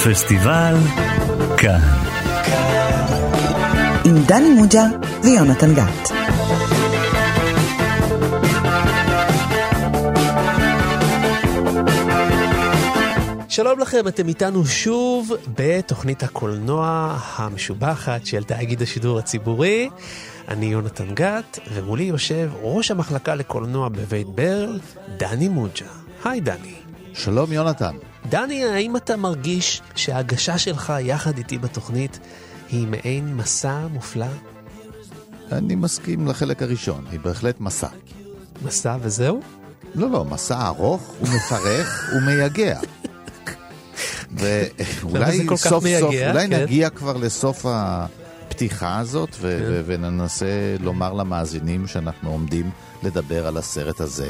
פסטיבל כאן. עם דני מוג'ה ויונתן גת. שלום לכם, אתם איתנו שוב בתוכנית הקולנוע המשובחת של תאגיד השידור הציבורי. אני יונתן גת, ומולי יושב ראש המחלקה לקולנוע בבית ברל, דני מוג'ה. היי דני. שלום יונתן. דני, האם אתה מרגיש שההגשה שלך יחד איתי בתוכנית היא מעין מסע מופלא? אני מסכים לחלק הראשון, היא בהחלט מסע. מסע וזהו? לא, מסע ארוך ומפרך ומייגע. ואולי סוף סוף, אולי נגיע כבר לסוף הפתיחה הזאת וננסה לומר למאזינים שאנחנו עומדים לדבר על הסרט הזה.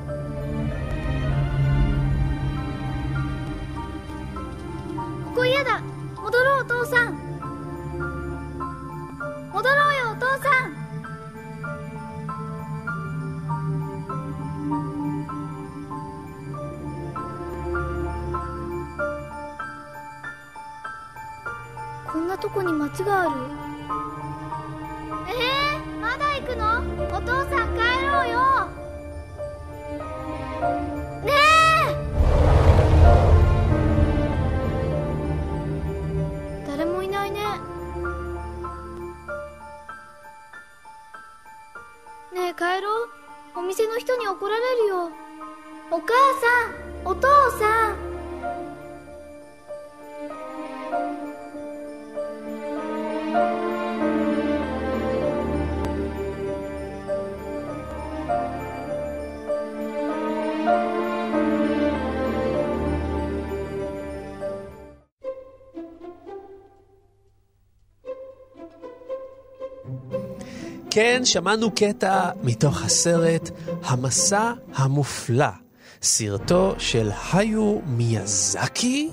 כן, שמענו קטע מתוך הסרט המסע המופלא, סרטו של היו מיאזקי,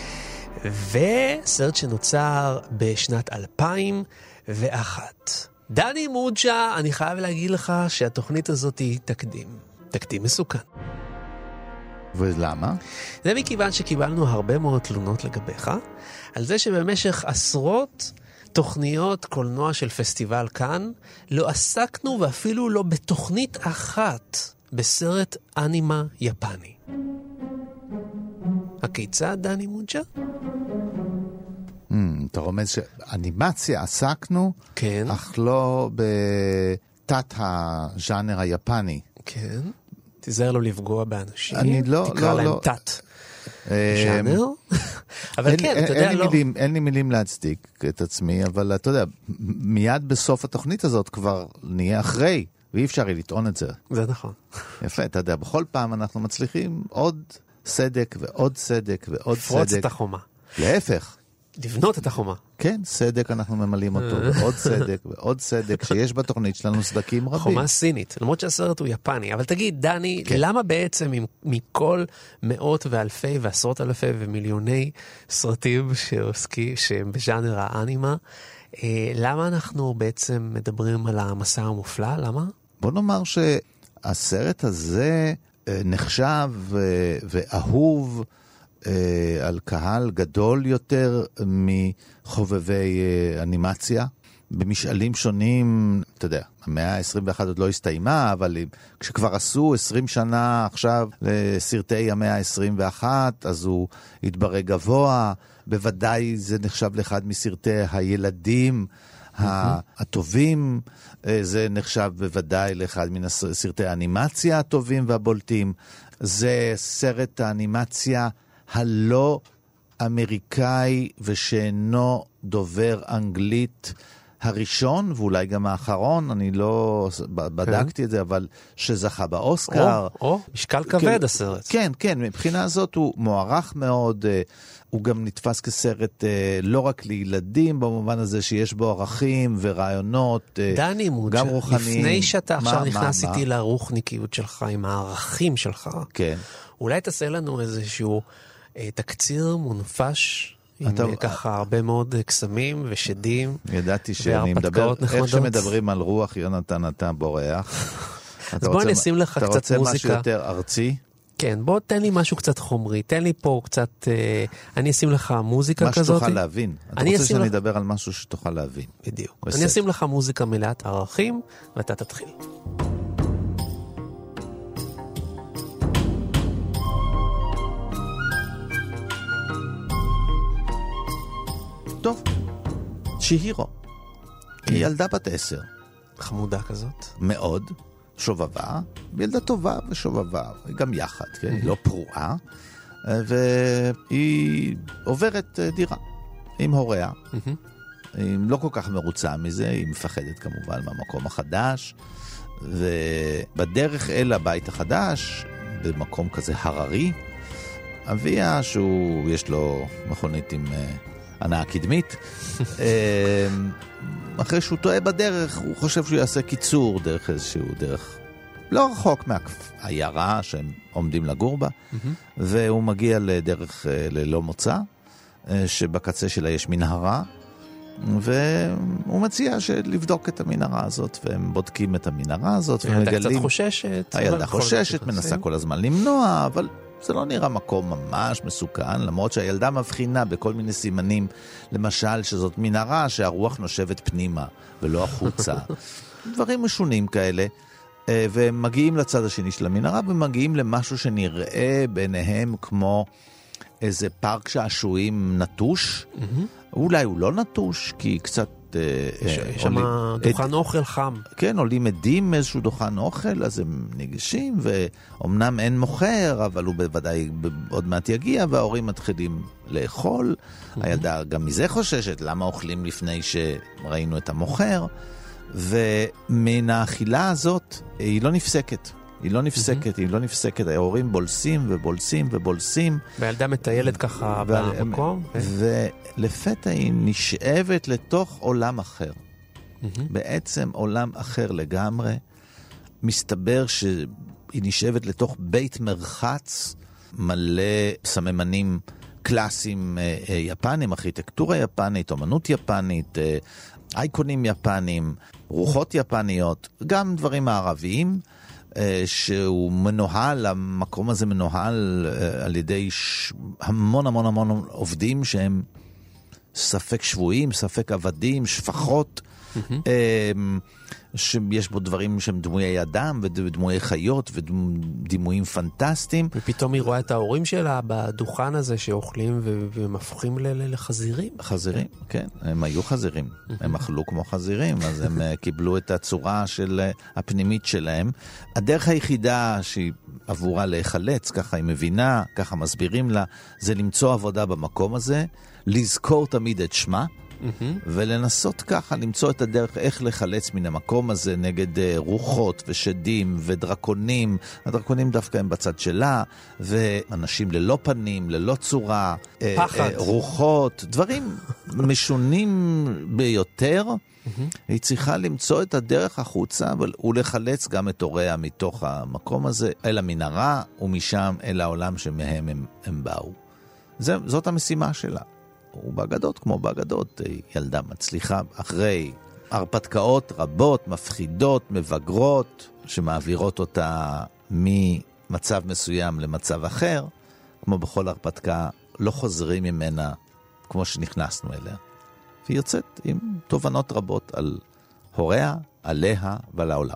וסרט שנוצר בשנת 2001. דני מוג'ה, אני חייב להגיד לך שהתוכנית הזאת היא תקדים מסוכן. ולמה? זה מכיוון שקיבלנו הרבה מאוד תלונות לגביך, על זה שבמשך עשרות תוכניות קולנוע של פסטיבל כאן, לא עסקנו ואפילו לא בתוכנית אחת בסרט אנימה יפני. הכיצד, דני מוג'ה? אתה רומז שאנימציה עסקנו, כן. אך לא בתת הז'אנר היפני. כן. תיזהר לו לפגוע באנשים. אני לא, תקרא להם תת. ז'אנר? אבל כן, אתה יודע, לא. אין לי מילים להצדיק את עצמי, אבל אתה יודע, מיד בסוף התוכנית הזאת כבר נהיה אחרי, ואי אפשר לטעון את זה. זה נכון. יפה, אתה יודע, בכל פעם אנחנו מצליחים עוד סדק ועוד סדק ועוד סדק. לפרוץ את החומה. להפך. לבנות את החומה. כן, סדק אנחנו ממלאים אותו, ועוד סדק ועוד סדק, שיש בתוכנית שלנו סדקים רבים. חומה סינית, למרות שהסרט הוא יפני. אבל תגיד, דני, כן. למה בעצם מכל מאות ואלפי ועשרות אלפי ומיליוני סרטים שהם בז'אנר האנימה, למה אנחנו בעצם מדברים על המסע המופלא? למה? בוא נאמר שהסרט הזה נחשב ואהוב על קהל גדול יותר מחובבי אנימציה. במשאלים שונים, אתה יודע, המאה ה-21 עוד לא הסתיימה, אבל כשכבר עשו 20 שנה עכשיו לסרטי המאה ה-21, אז הוא התברג גבוה. בוודאי זה נחשב לאחד מסרטי הילדים הטובים, זה נחשב בוודאי לאחד מן סרטי האנימציה הטובים והבולטים. זה סרט האנימציה הלא אמריקאי ושאינו דובר אנגלית הראשון, ואולי גם האחרון, אני לא בדקתי את זה, אבל שזכה באוסקר. משקל כבד הסרט. כן, כן, מבחינה הזאת הוא מוערך מאוד, הוא גם נתפס כסרט לא רק לילדים, במובן הזה שיש בו ערכים ורעיונות, דני מוג'ה, גם רוחניים. לפני שאתה עכשיו נכנס איתי לרוחניקיות שלך, עם הערכים שלך, כן. אולי תעשה לנו איזשהו תקציר מונפש, עם ככה הרבה מאוד קסמים ושדים. ידעתי שאני מדבר, איך שמדברים על רוח, יונתן, אתה בורח. אז בוא נשים לך קצת מוזיקה. אתה רוצה משהו יותר ארצי? כן, בוא תן לי משהו קצת חומרי, תן לי פה קצת, אני אשים לך מוזיקה כזאת. מה שתוכל להבין. אתה רוצה שאני אדבר על משהו שתוכל להבין. בדיוק. אני אשים לך מוזיקה מלאת ערכים, ואתה תתחיל. טוב, שיהירו. היא ילדה בת 10. חמודה כזאת. מאוד. שובבה, ילדה טובה ושובבה, גם יחד, כן? היא לא פרועה, והיא עוברת דירה עם הוריה. היא לא כל כך מרוצה מזה, היא מפחדת כמובן מהמקום החדש, ובדרך אל הבית החדש, במקום כזה הררי, אביה יש לו מכונית עם הנעה קדמית, אחרי שהוא טועה בדרך, הוא חושב שהוא יעשה קיצור דרך איזשהו דרך לא רחוק מהעיירה שהם עומדים לגור בה, והוא מגיע לדרך ללא מוצא, שבקצה שלה יש מנהרה, והוא מציע לבדוק את המנהרה הזאת, והם בודקים את המנהרה הזאת, הילדה קצת חוששת. הילדה חוששת, מנסה כל הזמן למנוע, אבל זה לא נראה מקום ממש מסוכן, למרות שהילדה מבחינה בכל מיני סימנים, למשל שזאת מנהרה שהרוח נושבת פנימה ולא החוצה. דברים משונים כאלה, והם מגיעים לצד השני של המנהרה, ומגיעים למשהו שנראה ביניהם כמו איזה פארק שעשועים נטוש. אולי הוא לא נטוש, כי קצת יש שם דוכן אוכל חם. כן, עולים עדים מאיזשהו דוכן אוכל, אז הם ניגשים, ואומנם אין מוכר, אבל הוא בוודאי עוד מעט יגיע, וההורים מתחילים לאכול. הילדה גם מזה חוששת, למה אוכלים לפני שראינו את המוכר? ומן האכילה הזאת, היא לא נפסקת. היא לא נפסקת. ההורים בולסים ובולסים ובולסים. והילדה מטיילת ככה במקום. ולפתע היא נשאבת לתוך עולם אחר. בעצם עולם אחר לגמרי. מסתבר שהיא נשאבת לתוך בית מרחץ מלא סממנים קלאסיים יפנים, ארכיטקטורה יפנית, אומנות יפנית, אייקונים יפנים, רוחות יפניות, גם דברים מערביים, שהוא מנוהל, המקום הזה מנוהל על ידי המון עובדים שהם ספק שבויים, ספק עבדים, שפחות, שיש בו דברים שהם דמויי אדם ודמויי חיות ודימויים פנטסטיים. ופתאום היא רואה את ההורים שלה בדוכן הזה שאוכלים והם הפכים לחזירים. חזירים, כן. הם היו חזירים. הם אכלו כמו חזירים, אז הם קיבלו את הצורה של הפנימית שלהם. הדרך היחידה שהיא עבורה להיחלץ, ככה היא מבינה, ככה מסבירים לה, זה למצוא עבודה במקום הזה, לזכור תמיד את שמה, ולנסות ככה למצוא את הדרך איך לחלץ מן המקום הזה נגד רוחות ושדים ודרקונים. הדרקונים דווקא הם בצד שלה, ואנשים ללא פנים, ללא צורה, פחד, רוחות, דברים משונים ביותר. היא צריכה למצוא את הדרך החוצה ולחלץ גם את הוריה מתוך המקום הזה אל המנהרה, ומשם אל העולם שמהם הם באו. זאת המשימה שלה. ובאגדות כמו באגדות, ילדה מצליחה אחרי הרפתקאות רבות, מפחידות, מבגרות, שמעבירות אותה ממצב מסוים למצב אחר, כמו בכל הרפתקה, לא חוזרים ממנה כמו שנכנסנו אליה. והיא יוצאת עם תובנות רבות על הוריה, עליה ועל העולם.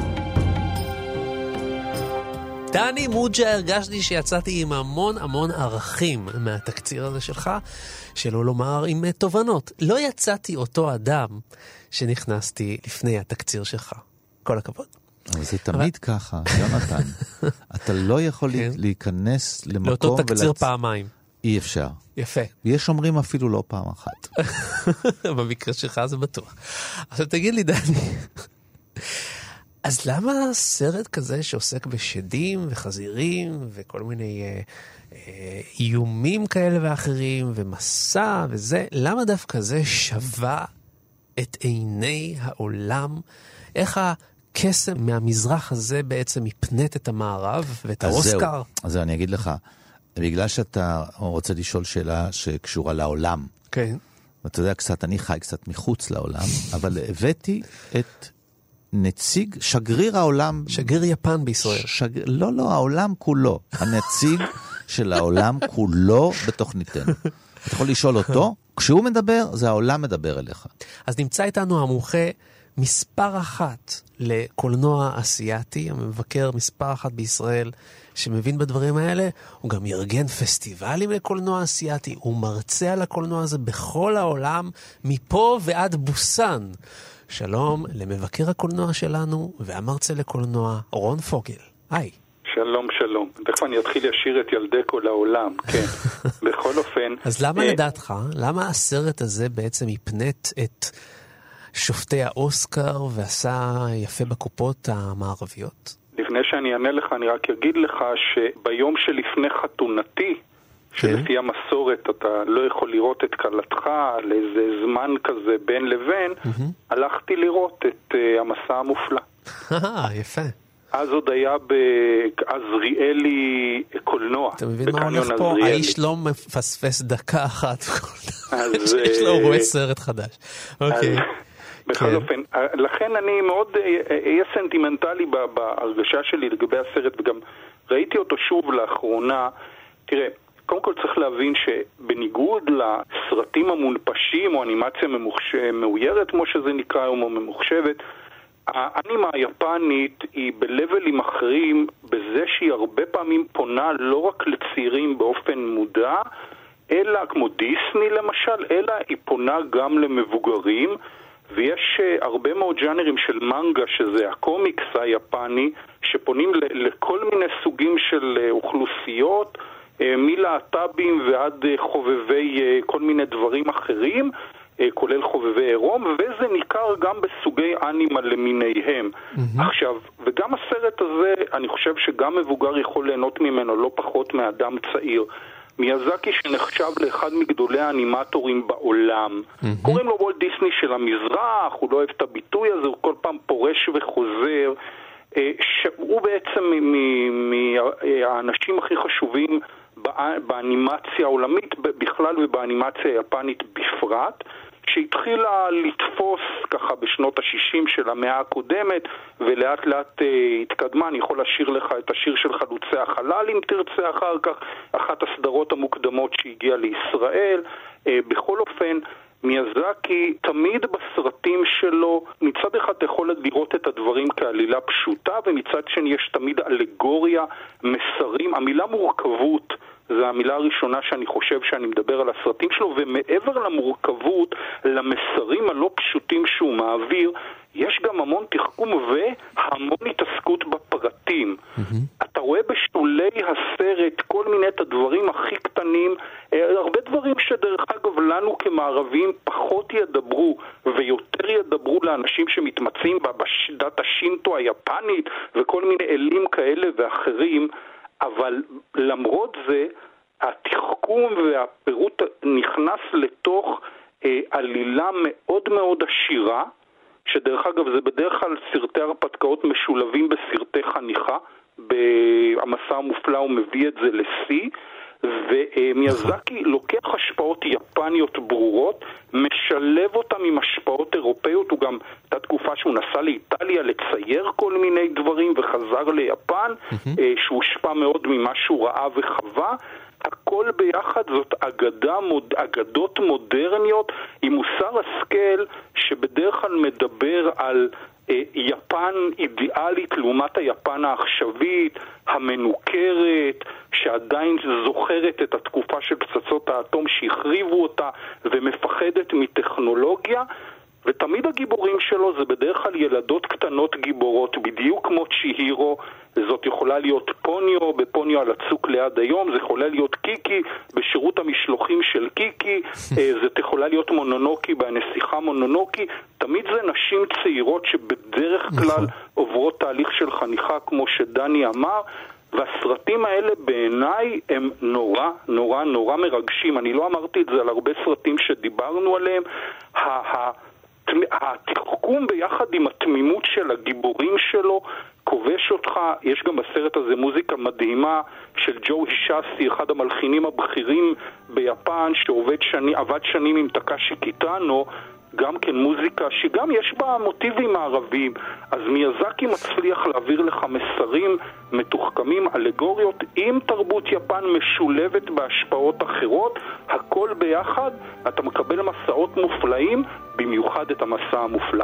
דני מוג'ה, הרגשתי שיצאתי עם המון ערכים מהתקציר הזה שלך, שלא לומר עם תובנות. לא יצאתי אותו אדם שנכנסתי לפני התקציר שלך. כל הכבוד. אבל זה תמיד ככה, יונתן. אתה לא יכול להיכנס למקום לאותו תקציר פעמיים. אי אפשר. יפה. יש אומרים אפילו לא פעם אחת. במקרה שלך זה בטוח. עכשיו תגיד לי, דני, אז למה סרט כזה שעוסק בשדים וחזירים וכל מיני איומים כאלה ואחרים ומסע וזה, למה דווקא זה שווה את עיני העולם? איך הקסם מהמזרח הזה בעצם מפנט את המערב ואת האוסקר? אז אני אגיד לך, בגלל שאתה רוצה לשאול שאלה שקשורה לעולם. כן. אתה יודע, אני חי קצת מחוץ לעולם, אבל הבאתי את נציג, שגריר העולם. שגריר יפן בישראל. לא, העולם כולו. הנציג של העולם כולו בתוכניתנו. אתה יכול לשאול אותו, כשהוא מדבר, זה העולם מדבר אליך. אז נמצא איתנו המומחה מספר אחת לקולנוע אסיאתי, המבקר מספר אחת בישראל שמבין בדברים האלה. הוא גם יארגן פסטיבלים לקולנוע אסיאתי, הוא מרצה על הקולנוע הזה בכל העולם, מפה ועד בוסן. שלום למבקר הקולנוע שלנו והמרצה לקולנוע רון פוגל. היי. שלום, שלום. תכף אני אתחיל לשיר את ילדי כל העולם, כן. בכל אופן... אז למה לדעתך, למה הסרט הזה בעצם יפנט את שופטי האוסקר ועשה יפה בקופות המערביות? לפני שאני אענה לך, אני רק אגיד לך שביום שלפני חתונתי, שלפי המסורת אתה לא יכול לראות את קלתך לאיזה זמן כזה בין לבין, הלכתי לראות את המסע המופלא. יפה. אז עוד היה בעזריאלי קולנוע. אתה מבין מה הולך פה? האיש לא מפספס דקה אחת. יש לו רואה סרט חדש. אוקיי. בכל אופן, לכן אני מאוד אהיה סנטימנטלי בהרגשה שלי לגבי הסרט, וגם ראיתי אותו שוב לאחרונה. תראה, קודם כל צריך להבין שבניגוד לסרטים המונפשים או אנימציה מאוירת, כמו שזה נקרא היום, או ממוחשבת, האנימה היפנית היא בלבלים אחרים בזה שהיא הרבה פעמים פונה לא רק לצעירים באופן מודע, אלא כמו דיסני למשל, אלא היא פונה גם למבוגרים, ויש הרבה מאוד ג'אנרים של מנגה, שזה הקומיקס היפני, שפונים לכל מיני סוגים של אוכלוסיות, מלהט"בים ועד חובבי כל מיני דברים אחרים, כולל חובבי עירום, וזה ניכר גם בסוגי אנימה למיניהם. עכשיו, וגם הסרט הזה, אני חושב שגם מבוגר יכול ליהנות ממנו לא פחות מאדם צעיר. מיאזקי שנחשב לאחד מגדולי האנימטורים בעולם. קוראים לו וולט דיסני של המזרח, הוא לא אוהב את הביטוי הזה, הוא כל פעם פורש וחוזר. שהוא בעצם מהאנשים הכי חשובים באנימציה העולמית בכלל ובאנימציה היפנית בפרט, שהתחילה לתפוס ככה בשנות ה-60 של המאה הקודמת, ולאט לאט התקדמה. אני יכול לשיר לך את השיר של חלוצי החלל אם תרצה אחר כך, אחת הסדרות המוקדמות שהגיעה לישראל. בכל אופן, מיאזקי תמיד בסרטים שלו, מצד אחד אתה יכול לראות את הדברים כעלילה פשוטה, ומצד שני יש תמיד אלגוריה, מסרים. המילה מורכבות זו המילה הראשונה שאני חושב שאני מדבר על הסרטים שלו, ומעבר למורכבות, למסרים הלא פשוטים שהוא מעביר, יש גם המון תחכום והמון התעסקות בפרטים. אתה רואה בשולי הסרט כל מיני את הדברים הכי קטנים, הרבה דברים שדרך אגב לנו כמערבים פחות ידברו ויותר ידברו לאנשים שמתמצאים בדת השינטו היפנית וכל מיני אלים כאלה ואחרים, אבל למרות זה התחכום והפירוט נכנס לתוך עלילה מאוד מאוד עשירה, שדרך אגב זה בדרך כלל סרטי הרפתקאות משולבים בסרטי חניכה. במסע המופלא הוא מביא את זה לשיא, ומיאזקי לוקח השפעות יפניות ברורות, משלב אותם עם השפעות אירופאיות. הוא גם הייתה תקופה שהוא נסע לאיטליה לצייר כל מיני דברים וחזר ליפן, שהוא השפע מאוד ממה שהוא ראה וחווה. הכל ביחד זאת אגדות מודרניות עם מוסר השכל שבדרך כלל מדבר על יפן אידיאלית לעומת היפן העכשווית, המנוכרת, שעדיין זוכרת את התקופה של פצצות האטום שהחריבו אותה ומפחדת מטכנולוגיה. ותמיד הגיבורים שלו זה בדרך כלל ילדות קטנות גיבורות, בדיוק כמו צ'יהירו. זאת יכולה להיות פוניו, בפוניו על הצוק ליד היום, זה יכולה להיות קיקי בשירות המשלוחים של קיקי, זאת יכולה להיות מונונוקי בנסיכה מונונוקי. תמיד זה נשים צעירות שבדרך כלל עוברות תהליך של חניכה כמו שדני אמר, והסרטים האלה בעיניי הם נורא נורא נורא מרגשים. אני לא אמרתי את זה על הרבה סרטים שדיברנו עליהם. התחכום ביחד עם התמימות של הגיבורים שלו כובש אותך. יש גם בסרט הזה מוזיקה מדהימה של ג'ו הישאסי, אחד המלחינים הבכירים ביפן, שעבד שנים עם טקאשי קיטאנו. גם כן מוזיקה שגם יש בה מוטיבים מערביים. אז מיאזקי מצליח להעביר לך מסרים מתוחכמים, אלגוריות, עם תרבות יפן משולבת בהשפעות אחרות, הכל ביחד, אתה מקבל מסעות מופלאים, במיוחד את המסע המופלא.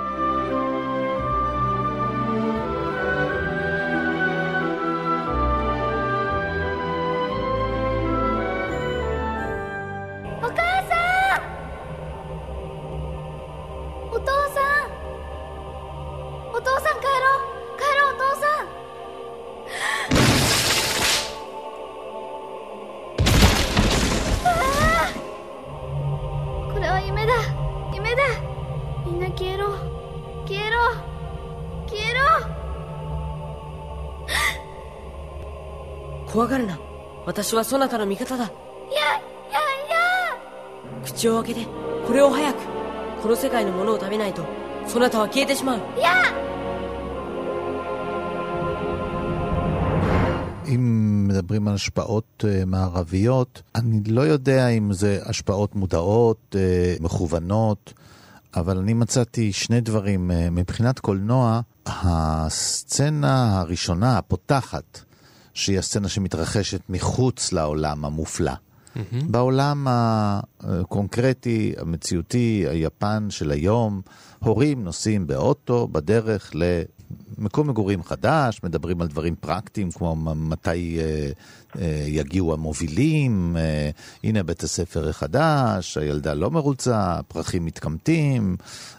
怖がるな。私はそなたの味方だ。口を開けてこれを早く。この世界のものを食べないとそなたは消えてしまう。 אם מדברים על השפעות מערביות, אני לא יודע אם זה השפעות מודעות, מכוונות, אבל אני מצאתי שני דברים. מבחינת קולנוע, הסצנה הראשונה, הפותחת, שהיא הסצנה שמתרחשת מחוץ לעולם המופלא. בעולם הקונקרטי, המציאותי, היפן של היום, הורים נוסעים באוטו בדרך למקום מגורים חדש, מדברים על דברים פרקטיים כמו מתי יגיעו המובילים, הנה בית הספר החדש, הילדה לא מרוצה, פרחים מתקמטים,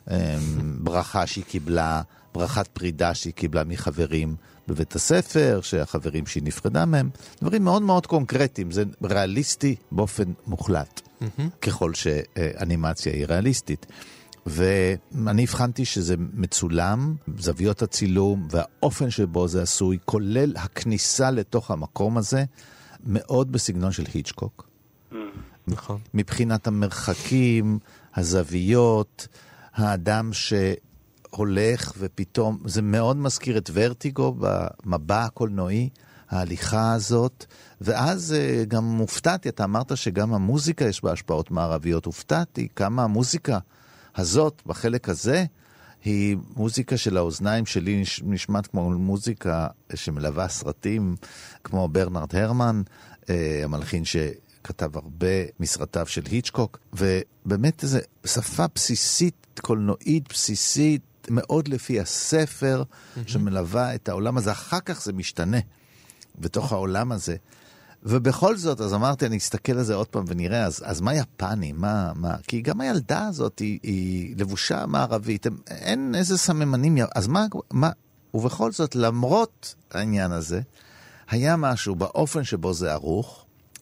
ברכה שהיא קיבלה, ברכת פרידה שהיא קיבלה מחברים בבית הספר, שהחברים שהיא נפרדה מהם, דברים מאוד מאוד קונקרטיים, זה ריאליסטי באופן מוחלט, ככל שאנימציה היא ריאליסטית. ואני הבחנתי שזה מצולם, זוויות הצילום והאופן שבו זה עשוי, כולל הכניסה לתוך המקום הזה, מאוד בסגנון של היצ'קוק. נכון. מבחינת המרחקים, הזוויות, האדם שהולך ופתאום, זה מאוד מזכיר את ורטיגו במבע הקולנועי, ההליכה הזאת, ואז גם מופתעתי, אתה אמרת שגם המוזיקה יש בה השפעות מערביות, הופתעתי כמה המוזיקה הזאת, בחלק הזה, היא מוזיקה של האוזניים שלי, נשמעת כמו מוזיקה שמלווה סרטים, כמו ברנרד הרמן, המלחין שכתב הרבה מסרטיו של היצ'קוק, ובאמת איזו שפה בסיסית, קולנועית בסיסית, מאוד לפי הספר, שמלווה את העולם הזה. אחר כך זה משתנה בתוך העולם הזה. ובכל זאת, אז אמרתי, אני אסתכל על זה עוד פעם ונראה, אז מה יפני? מה? כי גם הילדה הזאת היא לבושה מערבית, אין איזה סממנים, אז מה? ובכל זאת, למרות העניין הזה, היה משהו באופן שבו זה ערוך,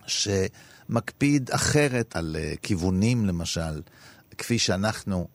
שמקפיד אחרת על כיוונים, למשל, כפי שאנחנו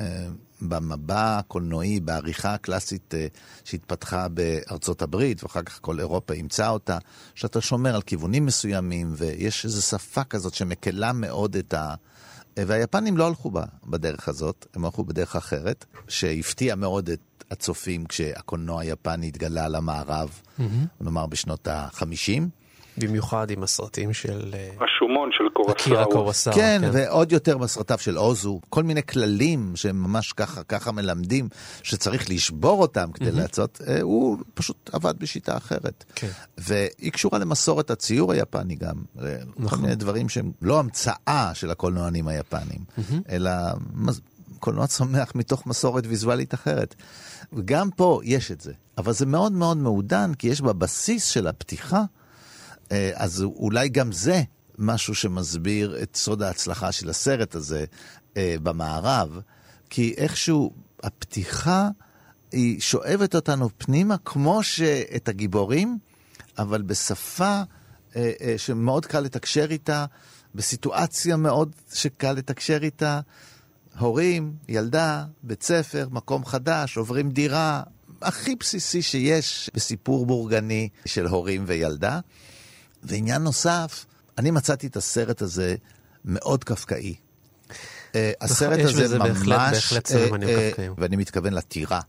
במבע הקולנועי, בעריכה הקלאסית שהתפתחה בארצות הברית, ואחר כך כל אירופה ימצא אותה, שאתה שומר על כיוונים מסוימים, ויש איזו שפה כזאת שמקלה מאוד את והיפנים לא הלכו בדרך הזאת, הם הלכו בדרך אחרת, שהפתיע מאוד את הצופים כשהקולנוע היפני התגלה למערב, נאמר בשנות ה-50. במיוחד עם הסרטים של השומון של אקירה קורוסאווה. כן, ועוד יותר בסרטיו של אוזו, כל מיני כללים שהם ממש ככה מלמדים, שצריך לשבור אותם כדי לעשות, הוא פשוט עבד בשיטה אחרת. כן. והיא קשורה למסורת הציור היפני גם, כל מיני דברים שהם לא המצאה של הקולנוענים היפנים, אלא קולנוע צומח מתוך מסורת ויזואלית אחרת. וגם פה יש את זה, אבל זה מאוד מאוד מעודן, כי יש בבסיס של הפתיחה, אז אולי גם זה משהו שמסביר את סוד ההצלחה של הסרט הזה במערב, כי איכשהו הפתיחה היא שואבת אותנו פנימה כמו שאת הגיבורים, אבל בשפה שמאוד קל לתקשר איתה, בסיטואציה מאוד שקל לתקשר איתה, הורים, ילדה, בית ספר, מקום חדש, עוברים דירה, הכי בסיסי שיש בסיפור בורגני של הורים וילדה. ועניין נוסף, אני מצאתי את הסרט הזה מאוד קפקאי. הסרט הזה ממש, בהחלט סממנים קפקאיים. ואני מתכוון לטירה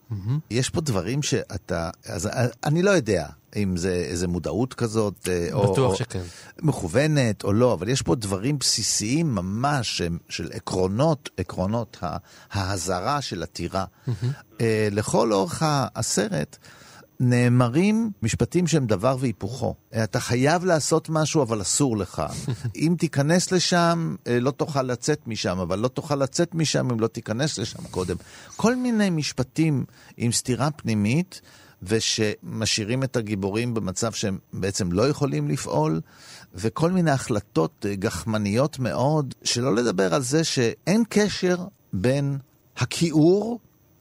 יש פה דברים שאתה, אז אני לא יודע אם זה איזה מודעות כזאת, בטוח שכן. מכוונת או לא, אבל יש פה דברים בסיסיים ממש של עקרונות ההזרה של הטירה. לכל אורך הסרט, נאמרים משפטים שהם דבר והיפוכו. אתה חייב לעשות משהו, אבל אסור לך. אם תיכנס לשם, לא תוכל לצאת משם, אבל לא תוכל לצאת משם אם לא תיכנס לשם קודם. כל מיני משפטים עם סתירה פנימית, ושמשאירים את הגיבורים במצב שהם בעצם לא יכולים לפעול, וכל מיני החלטות גחמניות מאוד, שלא לדבר על זה שאין קשר בין הכיעור,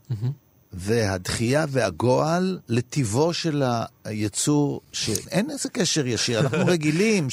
והדחייה והגועל לטיבו של היצור, שאין איזה קשר ישיר. אנחנו רגילים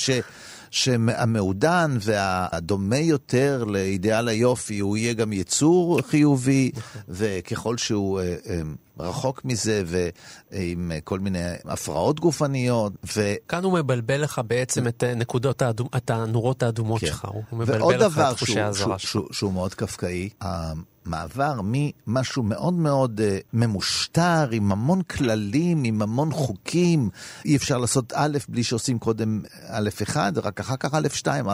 שהמעודן והדומה יותר לאידיאל היופי, הוא יהיה גם יצור חיובי, וככל שהוא רחוק מזה, ועם כל מיני הפרעות גופניות. כאן הוא מבלבל לך בעצם את נקודות את הנורות האדומות שלך. הוא מבלבל לך את תחושי הזרה שלך. ועוד דבר שהוא מאוד קפקאי, מעבר ממשהו מאוד מאוד ממושטר, עם המון כללים, עם המון חוקים. אי אפשר לעשות א' בלי שעושים קודם א' 1, רק אחר כך א' 2.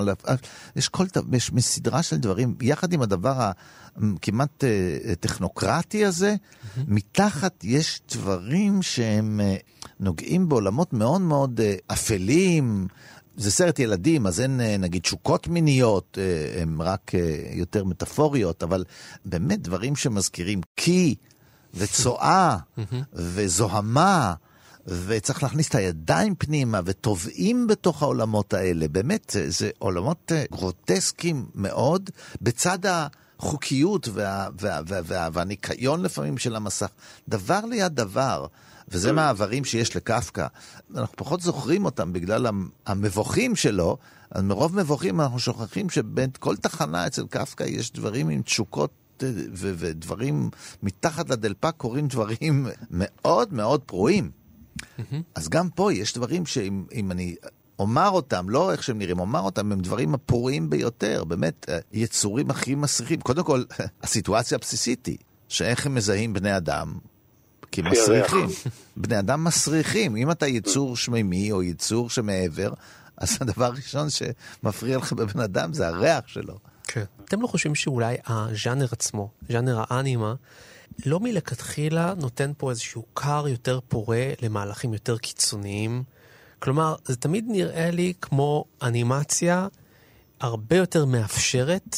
יש מסדרה של דברים, יחד עם הדבר הכמעט טכנוקרטי הזה, מתחת יש דברים שהם נוגעים בעולמות מאוד מאוד אפלים. זה סרט ילדים, אז אין נגיד שוקות מיניות, הם רק יותר מטאפוריות, אבל באמת דברים שמזכירים קי וצואה וזוהמה, וצריך להכניס את הידיים פנימה וטובעים בתוך העולמות האלה. באמת, זה עולמות גרוטסקיים מאוד, בצד החוקיות והניקיון לפעמים של המסך. דבר ליד דבר. וזה מעברים שיש לקפקא. אנחנו פחות זוכרים אותם בגלל המבוכים שלו, אז מרוב מבוכים אנחנו שוכחים שבין כל תחנה אצל קפקא יש דברים עם תשוקות ודברים מתחת לדלפק קוראים דברים מאוד מאוד פרועים. אז גם פה יש דברים שאם אני אומר אותם, לא איך שהם נראים, אומר אותם, הם דברים הפרועים ביותר, באמת יצורים הכי מסריחים. קודם כל, הסיטואציה הבסיסית היא, שאיך הם מזהים בני אדם, כי מסריחים. בני אדם מסריחים. אם אתה יצור שמימי או יצור שמעבר, אז הדבר הראשון שמפריע לך בבן אדם זה הריח שלו. כן. אתם לא חושבים שאולי הז'אנר עצמו, ז'אנר האנימה, לא מלכתחילה נותן פה איזשהו קר יותר פורה למהלכים יותר קיצוניים? כלומר, זה תמיד נראה לי כמו אנימציה הרבה יותר מאפשרת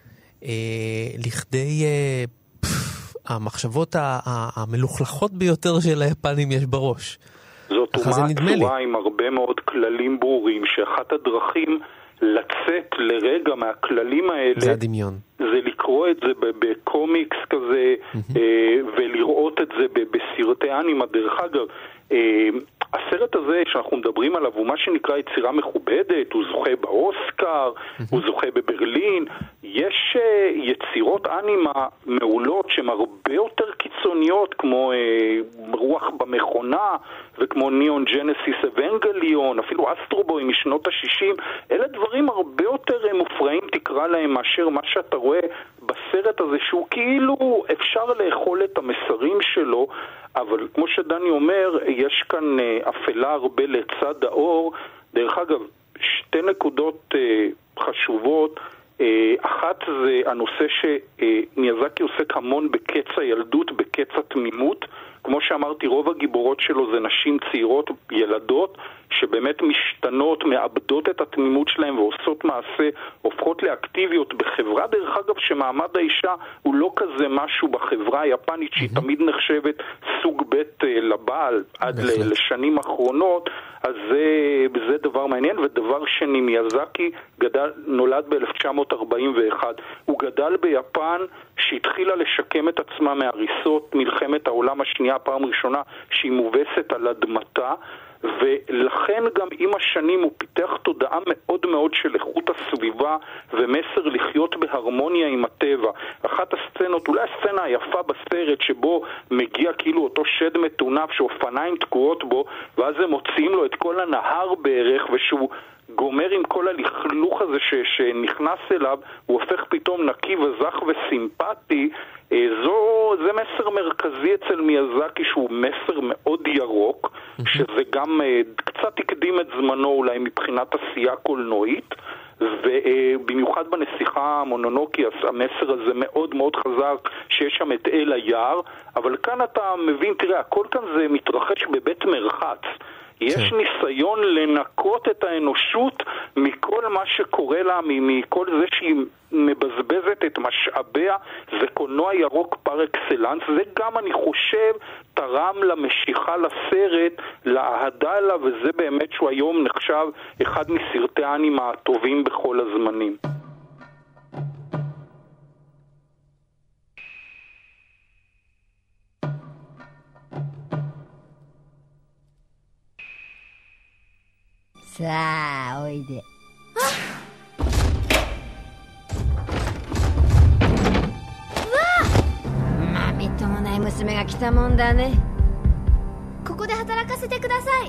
לכדי המחשבות המלוכלכות ביותר של היפנים יש בראש. זאת אומה צורה עם הרבה מאוד כללים ברורים, שאחת הדרכים לצאת לרגע מהכללים האלה, זה הדמיון. זה לקרוא את זה בקומיקס כזה, ולראות את זה בסרטי אנימה. דרך אגב, הסרט הזה שאנחנו מדברים עליו הוא מה שנקרא יצירה מכובדת, הוא זוכה באוסקר, הוא זוכה בברלין. יש יצירות אנימה מעולות שהן הרבה יותר קיצוניות, כמו רוח במכונה וכמו ניאון ג'נסיס אבנגליון, אפילו אסטרובוי משנות ה-60. אלה דברים הרבה יותר מופרעים, תקרא להם, מאשר מה שאתה רואה בסרט הזה, שהוא כאילו אפשר לאכול את המסרים שלו, אבל כמו שדני אומר, יש כאן אפלה הרבה לצד האור. דרך אגב, שתי נקודות חשובות. אחת זה הנושא שמיאזקי עוסק המון בקץ הילדות, בקץ התמימות. כמו שאמרתי, רוב הגיבורות שלו זה נשים צעירות, ילדות, שבאמת משתנות, מאבדות את התמימות שלהם ועושות מעשה, הופכות לאקטיביות בחברה. דרך אגב, שמעמד האישה הוא לא כזה משהו בחברה היפנית, שהיא תמיד נחשבת סוג ב' לבעל עד לשנים האחרונות. אז זה דבר מעניין. ודבר שני, מיאזקי נולד ב-1941. הוא גדל ביפן שהתחילה לשקם את עצמה מהריסות מלחמת העולם השנייה, פעם ראשונה שהיא מובסת על אדמתה, ולכן גם עם השנים הוא פיתח תודעה מאוד מאוד של איכות הסביבה ומסר לחיות בהרמוניה עם הטבע. אחת הסצנות, אולי הסצנה היפה בסרט, שבו מגיע כאילו אותו שד מטונף שאופניים תקועות בו, ואז הם מוציאים לו את כל הנהר בערך, ושהוא גומר עם כל הלכלוך הזה שנכנס אליו, הוא הופך פתאום נקי וזך וסימפטי. זה מסר מרכזי אצל מיאזקי, שהוא מסר מאוד ירוק, שזה גם קצת הקדים את זמנו אולי מבחינת עשייה קולנועית, ובמיוחד בנסיכה המונונוקי המסר הזה מאוד מאוד חזק, שיש שם את אל היער, אבל כאן אתה מבין, תראה, הכל כאן זה מתרחש בבית מרחץ. יש ניסיון לנקות את האנושות מכל מה שקורה לה, מכל זה שהיא מבזבזת את משאביה. זה קולנוע ירוק פר אקסלנס. זה גם, אני חושב, תרם למשיכה לסרט, לאהדה לה, וזה באמת שהוא היום נחשב אחד מסרטי האנימה הטובים בכל הזמנים. さあおいで。まみっともない娘が来たもんだね。 ここで働かせてください。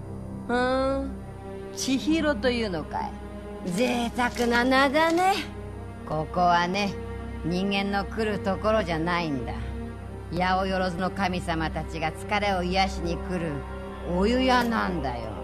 千尋というのかい。贅沢な名だね。ここはね、人間の来るところじゃないんだ。八百万の神様たちが疲れを癒しに来るお湯屋なんだよ。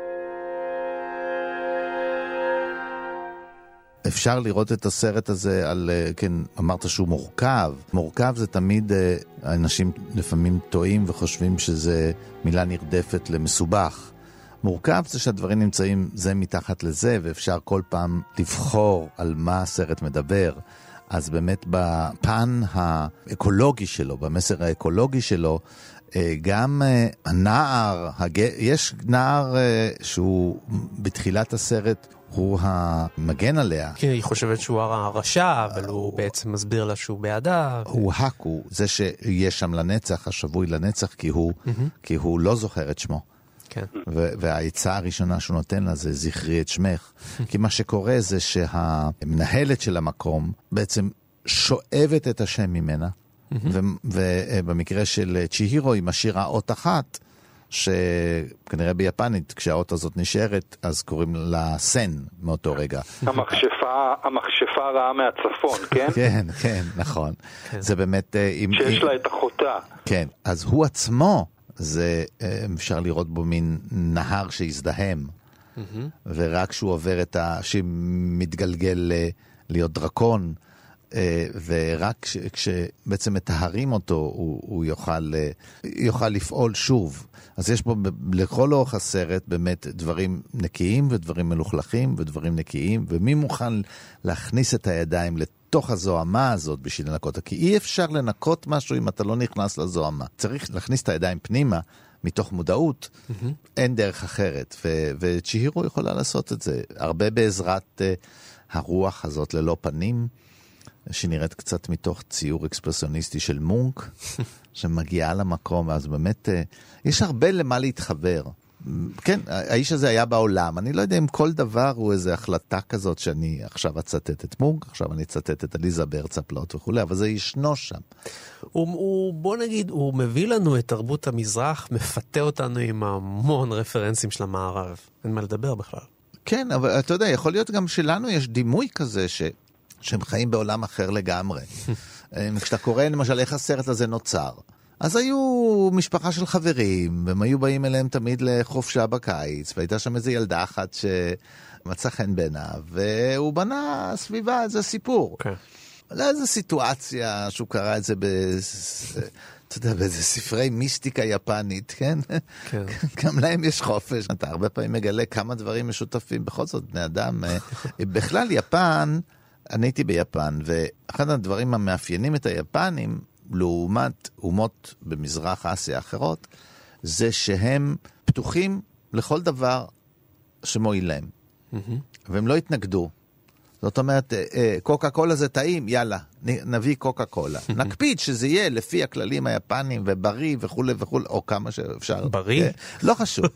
אפשר לראות את הסרט הזה על, כן, אמרת שהוא מורכב. מורכב זה תמיד, אנשים לפעמים טועים וחושבים שזה מילה נרדפת למסובך. מורכב זה שהדברים נמצאים זה מתחת לזה, ואפשר כל פעם לבחור על מה הסרט מדבר. אז באמת בפן האקולוגי שלו, במסר האקולוגי שלו, גם הנער, יש נער שהוא בתחילת הסרט, הוא המגן עליה. כי היא חושבת שהוא הרשע, אבל הוא בעצם מסביר לה שהוא בעדה. הוא הקו, זה שיש שם לנצח, השבוי לנצח, כי הוא לא זוכר את שמו. כן. והעצה הראשונה שהוא נותן לה זה זכרי את שמך. כי מה שקורה זה שהמנהלת של המקום בעצם שואבת את השם ממנה, ובמקרה של צ'יהירו היא משאירה אות אחת, שכנראה ביפנית, כשהאות הזאת נשארת, אז קוראים לה סן מאותו רגע. המכשפה רעה מהצפון, כן? כן, כן, נכון. זה באמת... שיש לה את אחותה. כן, אז הוא עצמו, זה אפשר לראות בו מין נהר שהזדהם, ורק שהוא עובר שמתגלגל להיות דרקון, ורק כשבעצם מטהרים אותו, הוא יוכל לפעול שוב. אז יש פה לכל אורך הסרט באמת דברים נקיים ודברים מלוכלכים ודברים נקיים, ומי מוכן להכניס את הידיים לתוך הזוהמה הזאת בשביל לנקות? כי אי אפשר לנקות משהו אם אתה לא נכנס לזוהמה. צריך להכניס את הידיים פנימה מתוך מודעות, אין דרך אחרת. וצ'יהירו יכולה לעשות את זה, הרבה בעזרת הרוח הזאת ללא פנים, שנראית קצת מתוך ציור אקספרסיוניסטי של מונק, שמגיעה למקום, אז באמת יש הרבה למה להתחבר. כן, האיש הזה היה בעולם, אני לא יודע אם כל דבר הוא איזו החלטה כזאת, שאני עכשיו אצטט את מונק, עכשיו אני אצטט את אליזה בארץ-הפלאות וכו', אבל זה ישנו שם. בוא נגיד, הוא מביא לנו את תרבות המזרח, מפתה אותנו עם המון רפרנסים של המערב. אין מה לדבר בכלל. כן, אבל אתה יודע, יכול להיות גם שלנו יש דימוי כזה שהם חיים בעולם אחר לגמרי. כשאתה קורא למשל איך הסרט הזה נוצר, אז היו משפחה של חברים, והם היו באים אליהם תמיד לחופשה בקיץ, והייתה שם איזו ילדה אחת שמצא חן בעיניו, והוא בנה סביבה איזה סיפור. איזו סיטואציה שהוא קרא את זה אתה יודע, באיזה ספרי מיסטיקה יפנית, כן? גם להם יש חופש. אתה הרבה פעמים מגלה כמה דברים משותפים, בכל זאת בני אדם. בכלל יפן, אני הייתי ביפן, ואחד הדברים המאפיינים את היפנים, לעומת אומות במזרח אסיה האחרות, זה שהם פתוחים לכל דבר שמועיל להם. והם לא התנגדו. זאת אומרת, קוקה קולה זה טעים, יאללה, נביא קוקה קולה. נקפיד שזה יהיה לפי הכללים היפנים ובריא וכו' וכו', או כמה שאפשר. בריא? לא חשוב.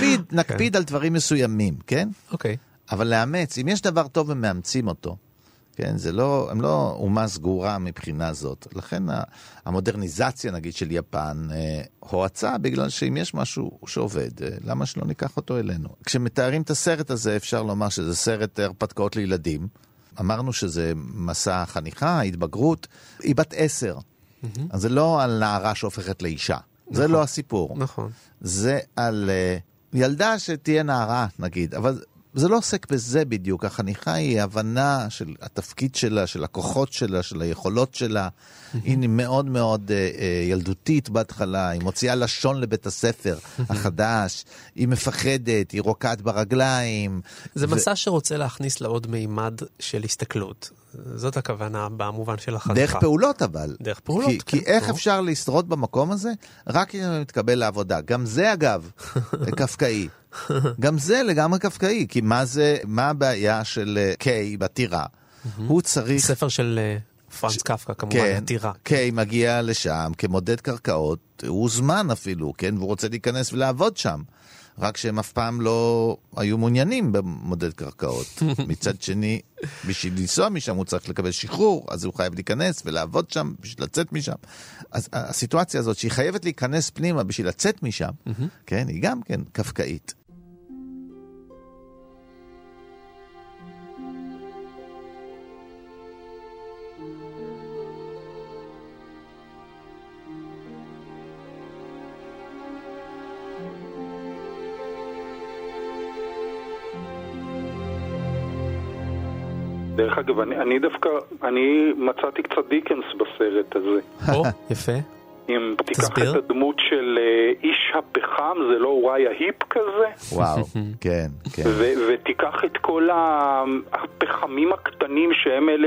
נקפיד על דברים מסוימים, כן? אוקיי. אבל לאמץ, אם יש דבר טוב ומאמצים אותו, כן, הם לא אומה סגורה מבחינה זאת. לכן המודרניזציה, נגיד, של יפן הועצה, בגלל שאם יש משהו שעובד, למה שלא ניקח אותו אלינו? כשמתארים את הסרט הזה, אפשר לומר שזה סרט הרפתקאות לילדים. אמרנו שזה מסע חניכה, התבגרות. היא בת 10. אז זה לא על נערה שהופכת לאישה. זה לא הסיפור. נכון. זה על ילדה שתהיה נערה, נגיד. אבל זה לא עוסק בזה בדיוק. החניכה היא הבנה של התפקיד שלה, של הכוחות שלה, של היכולות שלה. היא מאוד מאוד ילדותית בהתחלה. היא מוציאה לשון לבית הספר החדש. היא מפחדת, היא רוקעת ברגליים. זה מסע שרוצה להכניס לעוד מימד של הסתכלות. זאת הכוונה במובן של החניכה. דרך פעולות אבל. דרך פעולות. כי איך אפשר לשרוד במקום הזה? רק אם מתקבל לעבודה. גם זה אגב, קפקאי. גם זה לגמרי קפקאי. כי מה הבעיה של קיי בטירה? הוא צריך... ספר של פרנץ קפקא, כמובן, הטירה. קיי מגיע לשם כמודד קרקעות, הוא זמן אפילו, כן? והוא רוצה להיכנס ולעבוד שם. רק שהם אף פעם לא היו מעוניינים במודד קרקעות. מצד שני, בשביל לנסוע משם הוא צריך לקבל שחרור, אז הוא חייב להיכנס ולעבוד שם בשביל לצאת משם. אז הסיטואציה הזאת שהיא חייבת להיכנס פנימה בשביל לצאת משם, כן, היא גם כן קפקאית. דרך אגב, אני מצאתי קצת דיקנס בסרט הזה. או, יפה. אם תיקח את הדמות של איש הפחם, זה לא אוריה היפ כזה? וואו, כן, כן. ותיקח את כל הפחמים הקטנים שהם אלה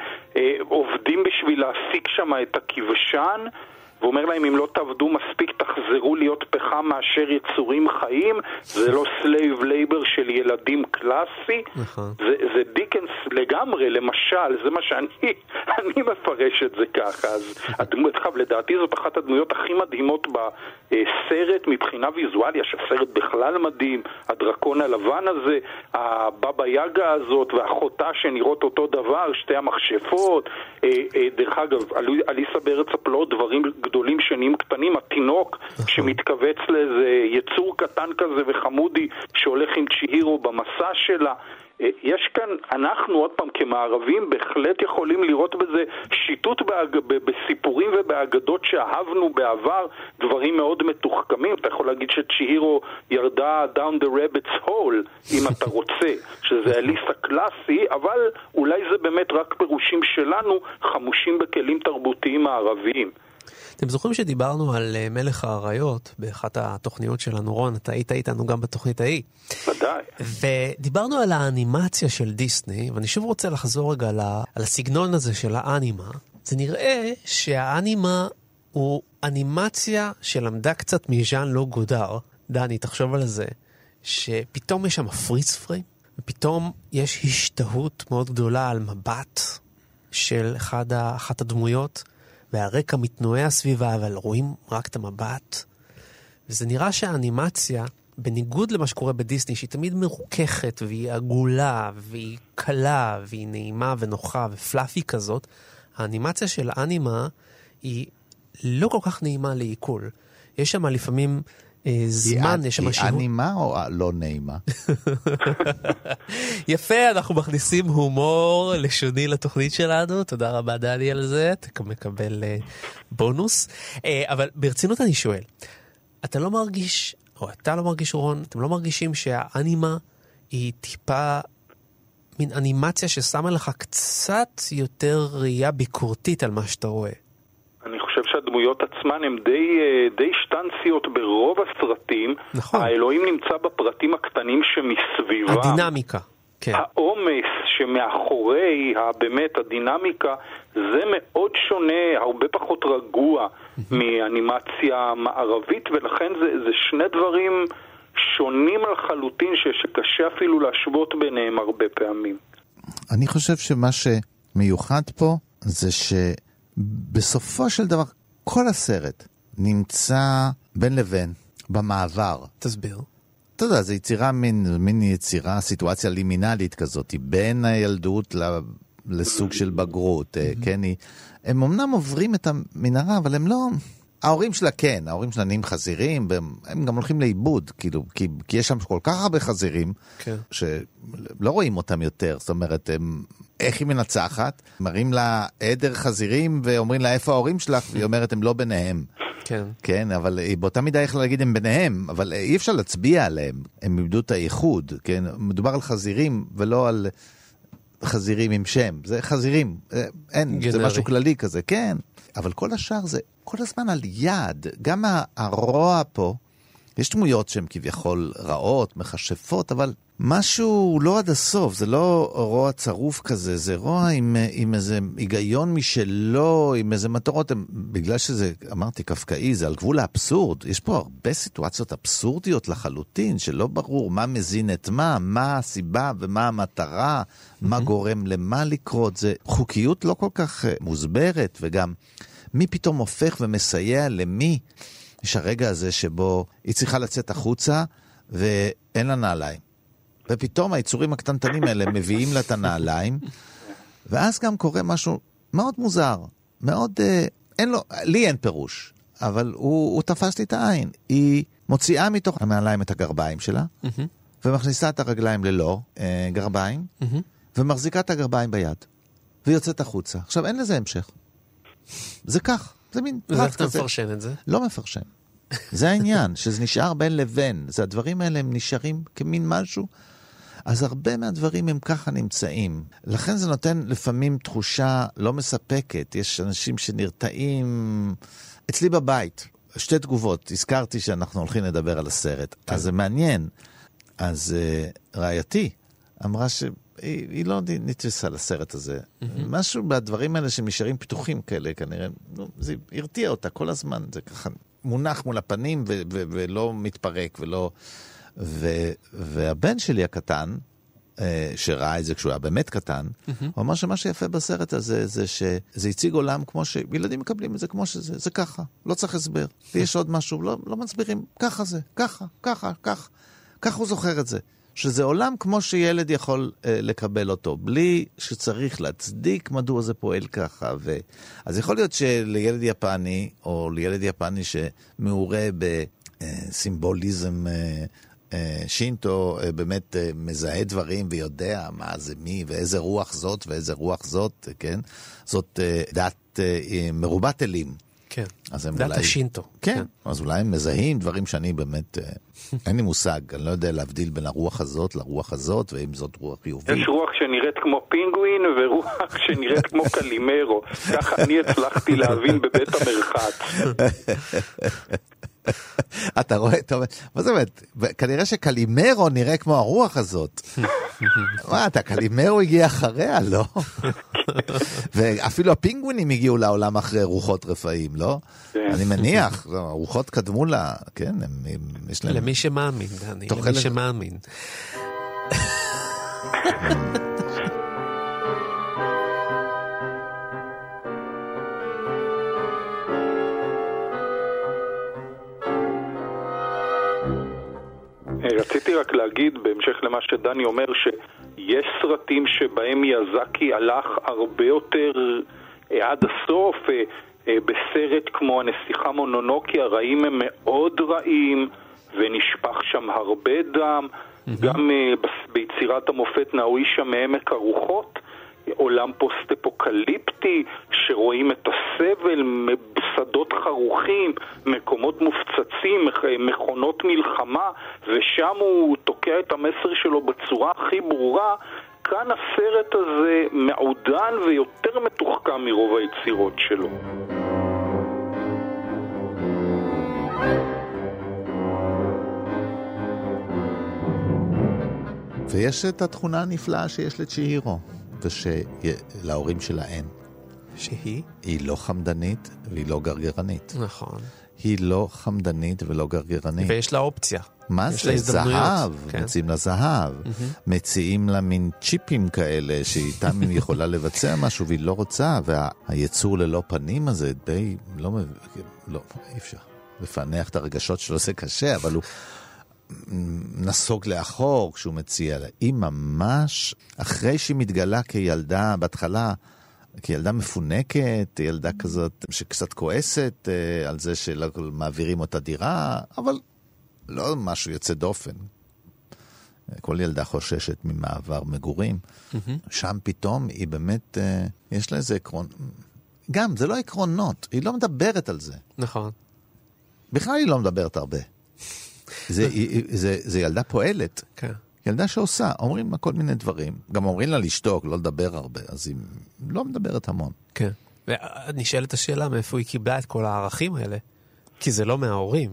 שעובדים בשביל להסיק שם את הכבשן, ואומר להם, אם לא תעבדו מספיק, תחזרו להיות פחם מאשר יצורים חיים. זה לא סלייב לייבר של ילדים קלאסי. זה דיקנס לגמרי, למשל, זה מה שאני מפרש את זה ככה. אז הדמות, לדעתי זאת אחת הדמויות הכי מדהימות בסרט, מבחינה ויזואליה, שהסרט בכלל מדהים, הדרקון הלבן הזה, הבאבא יגה הזאת, והאחותה שנראות אותו דבר, שתי המכשפות. דרך אגב, אליסה בארץ הפלאות, דברים גדולים שניים קטנים, התינוק שמתכווץ לאיזה יצור קטן כזה וחמודי שהולך עם צ'יהירו במסע שלה. יש כאן, אנחנו עוד פעם כמערבים בהחלט יכולים לראות בזה שיטוט בסיפורים ובאגדות שאהבנו בעבר, דברים מאוד מתוחכמים. אתה יכול להגיד שצ'יהירו ירדה down the rabbit's hole אם אתה רוצה, שזה אליסה קלאסי, אבל אולי זה באמת רק פירושים שלנו חמושים בכלים תרבותיים מערביים. אתם זוכרים שדיברנו על מלך האריות באחת התוכניות שלנו, רון, אתה היית איתנו גם בתוכנית ההיא. ודאי. ודיברנו על האנימציה של דיסני, ואני שוב רוצה לחזור רגע על הסגנון הזה של האנימה. זה נראה שהאנימה הוא אנימציה שלמדה קצת מז'אן לוק גודר. דני, תחשוב על זה, שפתאום יש שם פריץ פריים, ופתאום יש השתהות מאוד גדולה על מבט של אחת הדמויות, והרקע מתנועע סביבה, אבל רואים רק את המבט. וזה נראה שהאנימציה, בניגוד למה שקורה בדיסני, שהיא תמיד מרוככת, והיא עגולה, והיא קלה, והיא נעימה ונוחה, ופלאפי כזאת, האנימציה של אנימה היא לא כל כך נעימה לעיכול. יש שם לפעמים זמן, יש שם היא אנימה או לא נעימה? יפה, אנחנו מכניסים הומור לשוני לתוכנית שלנו, תודה רבה דני על זה, אתה מקבל בונוס. אבל ברצינות אני שואל, אתה לא מרגיש, או אתה לא מרגיש רון, אתם לא מרגישים שהאנימה היא טיפה מין אנימציה ששמה לך קצת יותר ראייה ביקורתית על מה שאתה רואה? אני חושב שהדמויות עצמן הן די שטנציות ברוב הסרטים. נכון. האלוהים נמצא בפרטים הקטנים שמסביבה. הדינמיקה. כן. העומס שמאחורי באמת הדינמיקה זה מאוד שונה, הרבה פחות רגוע מאנימציה מערבית, ולכן זה שני דברים שונים לחלוטין שקשה אפילו להשוות ביניהם הרבה פעמים. אני חושב שמה שמיוחד פה זה שבסופו של דבר כל הסרט נמצא בין לבין במעבר. תסביר. אתה יודע, זו יצירה מין יצירה, סיטואציה לימינלית כזאת, בין הילדות לסוג של בגרות, כן? הם אמנם עוברים את המנהרה, אבל הם לא... ההורים שלה כן, ההורים שלה נהיים חזירים, הם גם הולכים לאיבוד, כאילו, כי יש שם כל כך הרבה חזירים, שלא רואים אותם יותר, זאת אומרת, איך היא מנצחת? מראים לה עדר חזירים, ואומרים לה איפה ההורים שלך, והיא אומרת, הם לא ביניהם. כן. כן, אבל באותה מידה יכולה להגיד הם ביניהם, אבל אי אפשר להצביע עליהם, הם איבדו את הייחוד, כן? מדובר על חזירים, ולא על חזירים עם שם, זה חזירים, אין, זה משהו כללי כזה, כן. אבל כל השאר זה כל הזמן על יד, גם הרוע פה, יש דמויות שהן כביכול רעות, מחשפות, אבל משהו לא עד הסוף, זה לא רוע צרוף כזה, זה רוע עם איזה היגיון משלו, עם איזה מטרות, בגלל שזה, אמרתי, קפקאי, זה על גבול האבסורד, יש פה הרבה סיטואציות אבסורדיות לחלוטין, שלא ברור מה מזין את מה הסיבה ומה המטרה, מה גורם למה לקרות, זה חוקיות לא כל כך מוסברת, וגם מי פתאום הופך ומסייע למי, יש הרגע הזה שבו היא צריכה לצאת החוצה ואין לה נעליים. ופתאום היצורים הקטנטנים האלה מביאים לה את הנעליים, ואז גם קורה משהו מאוד מוזר, מאוד, לי אין פירוש, אבל הוא תפס לי את העין. היא מוציאה מתוך הנעליים את הגרביים שלה, ומכניסה את הרגליים ללא גרביים, ומחזיקה את הגרביים ביד, ויוצאת החוצה. עכשיו אין לזה המשך. זה כך. זה מין פרט כזה. ואיך אתה מפרשן את זה? לא מפרשן. זה העניין, שזה נשאר בין לבין. זה הדברים האלה הם נשארים כמין משהו. אז הרבה מהדברים הם ככה נמצאים. לכן זה נותן לפעמים תחושה לא מספקת. יש אנשים שנרתעים. אצלי בבית, 2 תגובות. הזכרתי שאנחנו הולכים לדבר על הסרט. אז זה מעניין. אז רעייתי אמרה היא לא נתפסה לסרט הזה. משהו בדברים האלה שנשארים פתוחים כאלה, כנראה, זה הרתיע אותה כל הזמן, זה ככה מונח מול הפנים ולא מתפרק, והבן שלי הקטן, שראה את זה כשהוא היה באמת קטן, הוא אמר שמה שיפה בסרט הזה, זה שזה הציג עולם כמו שילדים מקבלים את זה כמו שזה, זה ככה, לא צריך הסבר. ויש עוד משהו, לא מסבירים, ככה זה, ככה הוא זוכר את זה. שזה עולם כמו שילד יכול לקבל אותו, בלי שצריך להצדיק מדוע זה פועל ככה. אז יכול להיות שלילד יפני, או לילד יפני שמעורה בסימבוליזם שינטו, באמת מזהה דברים ויודע מה זה מי, ואיזה רוח זאת ואיזה רוח זאת, כן? זאת דת מרובת אלים. כן, דת השינטו. כן, אז אולי הם מזהים דברים שאני באמת, אין לי מושג, אני לא יודע להבדיל בין הרוח הזאת לרוח הזאת, ואם זאת רוח חיובית. יש רוח שנראית כמו פינגווין, ורוח שנראית כמו קלימרו. ככה אני הצלחתי להבין בבית המרחץ. אתה רואה, טוב, מה זאת אומרת? כנראה שקלימרו נראה כמו הרוח הזאת. מה, אתה קלימרו הגיע אחריה, לא? ואפילו הפינגווינים הגיעו לעולם אחרי רוחות רפאים, לא? אני מניח, רוחות קדמו לה, כן, יש להם... למי שמאמין, דני, למי שמאמין. רציתי רק להגיד, בהמשך למה שדני אומר, שיש סרטים שבהם מיאזקי הלך הרבה יותר עד הסוף. בסרט כמו הנסיכה מונונוקי, הרעים הם מאוד רעים, ונשפך שם הרבה דם. גם ביצירת המופת נאוישה מעמק הרוחות, עולם פוסט-אפוקליפטי, שרואים את הסבל, שדות חרוכים, מקומות מופצצים, מכונות מלחמה, ושם הוא תוקע את המסר שלו בצורה הכי ברורה. כאן הסרט הזה מעודן ויותר מתוחכם מרוב היצירות שלו. ויש את התכונה הנפלאה שיש לצ'יהירו, ושלהורים שלה אין. שהיא? היא לא חמדנית והיא לא גרגרנית. נכון. היא לא חמדנית ולא גרגרנית. ויש לה אופציה. מה זה? זהב. כן. מציעים לה זהב. מציעים לה מין צ'יפים כאלה, שאיתם היא יכולה לבצע משהו והיא לא רוצה, והיצור ללא פנים הזה די לא, אי אפשר לפענח את הרגשות שלו, זה קשה, אבל נסוג לאחור כשהוא מציע לה. היא ממש, אחרי שהיא מתגלה כילדה, בהתחלה, כילדה מפונקת, ילדה כזאת שקצת כועסת על זה שמעבירים אותה דירה, אבל לא משהו יוצא דופן. כל ילדה חוששת ממעבר מגורים. שם פתאום היא באמת, יש לה איזה עקרון, גם זה לא עקרונות, היא לא מדברת על זה. נכון. בכלל היא לא מדברת הרבה. זה ילדה פועלת. כן. ילדה שעושה, אומרים לה כל מיני דברים. גם אומרים לה לשתוק, לא לדבר הרבה, אז היא לא מדברת המון. כן. ונשאלת השאלה מאיפה היא קיבלה את כל הערכים האלה. כי זה לא מההורים.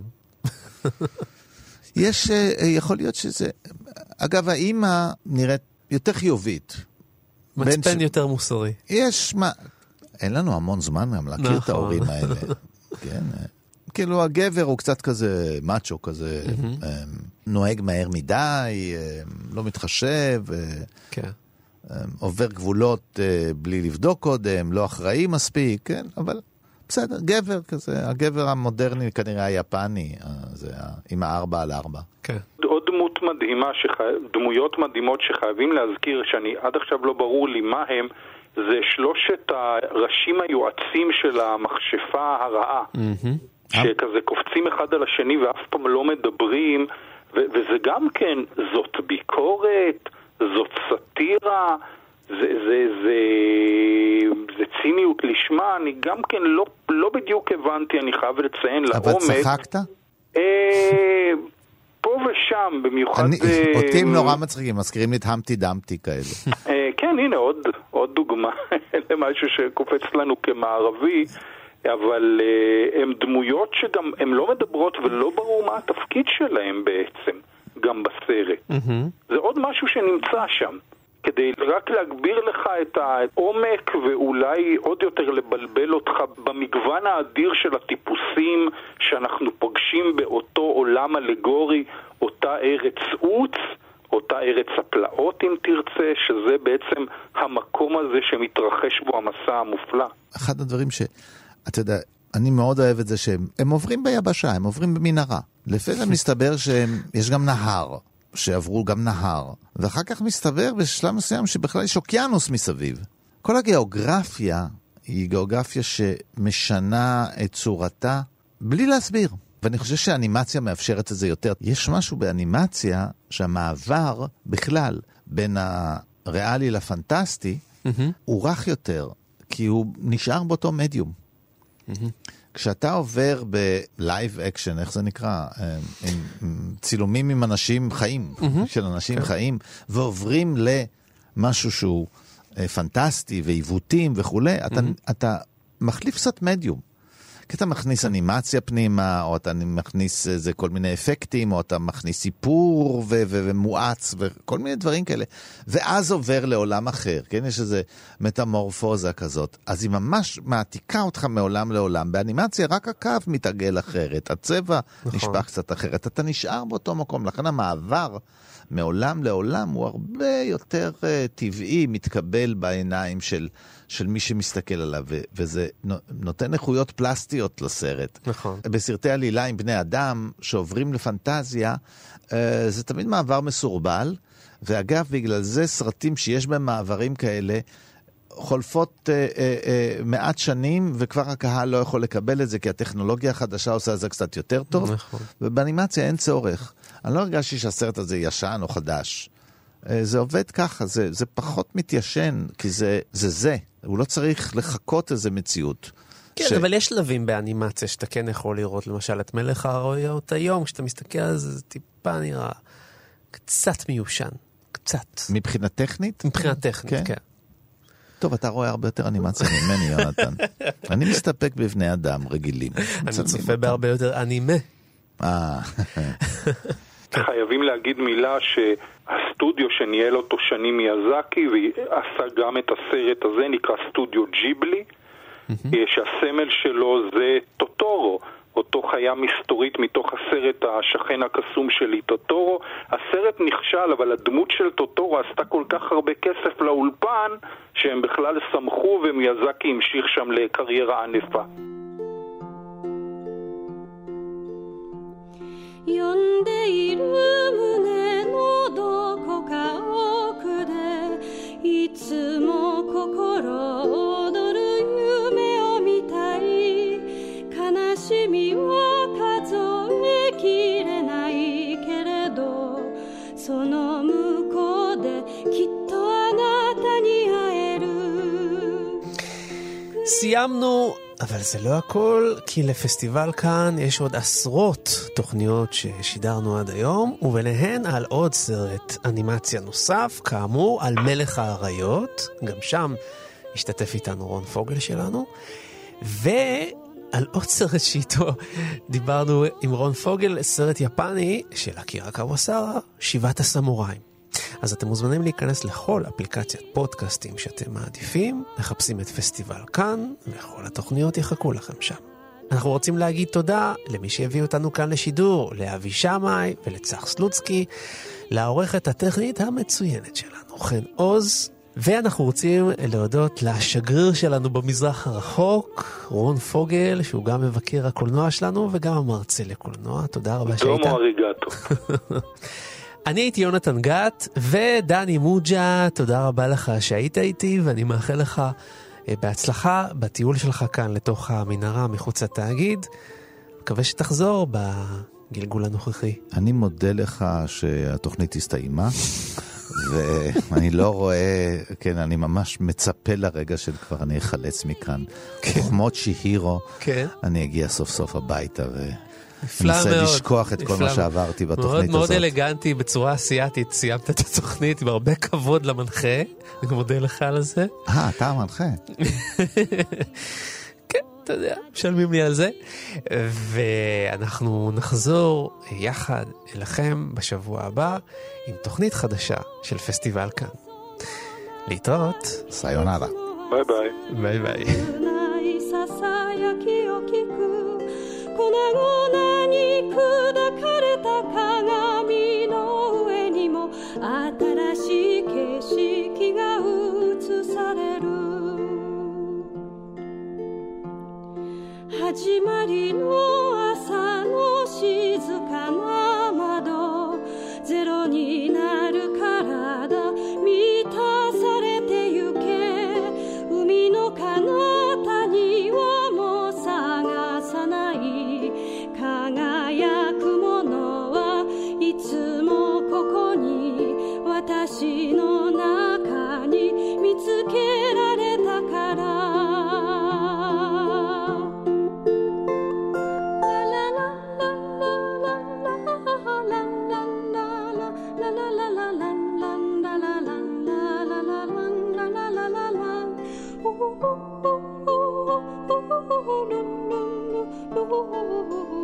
יש, יכול להיות שזה... אגב, האמא נראית יותר חיובית. מצפן יותר מוסרי. יש מה... אין לנו המון זמן גם להכיר את ההורים האלה. כן. כאילו הגבר הוא קצת כזה מאצ'ו כזה, נוהג מהר מדי, לא מתחשב, עובר גבולות בלי לבדוק קודם, לא אחראי מספיק, כן? אבל בסדר, גבר כזה, הגבר המודרני כנראה היפני, זה עם 4x4. כן. עוד דמות מדהימה, דמויות מדהימות שחייבים להזכיר, שאני עד עכשיו לא ברור לי מה הם, זה שלושת הראשים היועצים של המכשפה הרעה. שכזה קופצים אחד על השני ואף פעם לא מדברים, וזה גם כן, זאת ביקורת, זאת סטירה, זה ציניות לשמה, אני גם כן לא בדיוק הבנתי, אני חייב לציין לעומק. אבל צחקת? פה ושם, במיוחד... אותי הם נורא מצחיקים, מזכירים לי את המתי דמתי כאלה. כן, הנה עוד דוגמה למשהו שקופץ לנו כמערבי, אבל הם דמויות שגם הן לא מדברות ולא ברור מה התפקיד שלהם בעצם, גם בסרט. זה עוד משהו שנמצא שם, כדי רק להגביר לך את העומק ואולי עוד יותר לבלבל אותך במגוון האדיר של הטיפוסים שאנחנו פוגשים באותו עולם אלגורי, אותה ארץ עוץ, אותה ארץ הפלאות אם תרצה, שזה בעצם המקום הזה שמתרחש בו המסע המופלא. אחד הדברים אתה יודע, אני מאוד אוהב את זה שהם עוברים ביבשה, הם עוברים במנהרה. לפעמים מסתבר שיש גם נהר, שעברו גם נהר. ואחר כך מסתבר בשלב מסוים שבכלל יש אוקיינוס מסביב. כל הגיאוגרפיה היא גיאוגרפיה שמשנה את צורתה בלי להסביר. ואני חושב שהאנימציה מאפשרת את זה יותר. יש משהו באנימציה שהמעבר בכלל בין הריאלי לפנטסטי הוא רך יותר, כי הוא נשאר באותו מדיום. כשאתה עובר בלייב אקשן, איך זה נקרא? צילומים עם אנשים חיים, של אנשים חיים, ועוברים למשהו שהוא פנטסטי ועיוותים וכו', אתה מחליף קצת מדיום. כי אתה מכניס אנימציה פנימה, או אתה מכניס איזה כל מיני אפקטים, או אתה מכניס סיפור ומואץ, וכל מיני דברים כאלה. ואז עובר לעולם אחר, כן? יש איזה מטמורפוזה כזאת. אז היא ממש מעתיקה אותך מעולם לעולם. באנימציה רק הקו מתעגל אחרת, הצבע נשפע קצת אחרת. אתה נשאר באותו מקום. לכן המעבר מעולם לעולם הוא הרבה יותר טבעי, מתקבל בעיניים של מי שמסתכל עליו, וזה נותן איכויות פלסטיות לסרט. נכון. בסרטי עלילה עם בני אדם שעוברים לפנטזיה, זה תמיד מעבר מסורבל, ואגב, בגלל זה סרטים שיש בהם מעברים כאלה, חולפות מעט שנים, וכבר הקהל לא יכול לקבל את זה, כי הטכנולוגיה החדשה עושה את זה קצת יותר טוב, נכון. ובאנימציה אין צורך. אני לא הרגשתי שהסרט הזה ישן או חדש. זה עובד ככה, זה פחות מתיישן, כי זה. הוא לא צריך לחכות איזה מציאות. כן, אבל יש שלבים באנימציה שאתה כן יכול לראות, למשל, את מלך האריות היום, כשאתה מסתכל על זה, זה טיפה נראה קצת מיושן. קצת. מבחינה טכנית? מבחינה טכנית, כן. טוב, אתה רואה הרבה יותר אנימציה ממני, יונתן. אני מסתפק בבני אדם רגילים. אני צופה בהרבה יותר אנימה. חייבים להגיד מילה שהסטודיו שניהל אותו שני מיאזקי ועשה גם את הסרט הזה, נקרא סטודיו ג'יבלי, שהסמל שלו זה טוטורו, אותו חיה מסתורית מתוך הסרט השכן הקסום שלי, טוטורו. הסרט נכשל, אבל הדמות של טוטורו עשתה כל כך הרבה כסף לאולפן שהם בכלל שמחו, ומיאזקי המשיך שם לקריירה ענפה. 呼んでいる胸のどこか奥でいつも心躍る夢を見たい悲しみは数えきれないけれどその向こうできっとあなたに会える סיימנו, אבל זה לא הכל, כי לפסטיבל כאן יש עוד עשרות תוכניות ששידרנו עד היום, וביניהן על עוד סרט אנימציה נוסף, כאמור, על מלך האריות, גם שם השתתף איתנו רון פוגל שלנו, ועל עוד סרט שאיתו דיברנו עם רון פוגל, סרט יפני של אקירה קוואסרה, שבעת הסמוראים. אז אתם מוזמנים להיכנס לכל אפליקציית פודקאסטים שאתם מעדיפים, מחפשים את פסטיבל כאן, וכל התוכניות יחכו לכם שם. אנחנו רוצים להגיד תודה למי שהביא אותנו כאן לשידור, לאבי שמאי ולצח סלוצקי, לעורכת הטכנית המצוינת שלנו, חן עוז, ואנחנו רוצים להודות לשגריר שלנו במזרח הרחוק, רון פוגל, שהוא גם מבקר הקולנוע שלנו וגם המרצה לקולנוע. תודה רבה שהיית. דומו אריגטו. אני הייתי יונתן גת, ודני מוג'ה, תודה רבה לך שהיית איתי, ואני מאחל לך בהצלחה בטיול שלך כאן לתוך המנהרה מחוץ לתאגיד. מקווה שתחזור בגלגול הנוכחי. אני מודה לך שהתוכנית הסתיימה, ואני לא רואה, כן, אני ממש מצפה לרגע שכבר אני אחלץ מכאן. חוכמות שיהירו, אני אגיע סוף סוף הביתה נסה לשכוח את כל מה שעברתי בתוכנית הזאת. מאוד אלגנטי, בצורה אסיאטית, סיימת את התוכנית, עם הרבה כבוד למנחה. אני מודה לך על זה. אתה המנחה. כן, אתה יודע, משלמים לי על זה. ואנחנו נחזור יחד אליכם בשבוע הבא, עם תוכנית חדשה של פסטיבל כאן. להתראות. סיונרה. ביי ביי. ביי ביי. 粉々に砕かれた鏡の上にも新しい景色が映される始まりの朝の静かな窓ゼロになる体満たされてゆけ海の彼方にはもう探さない輝くものはいつもここに私の中に見つけられたからOh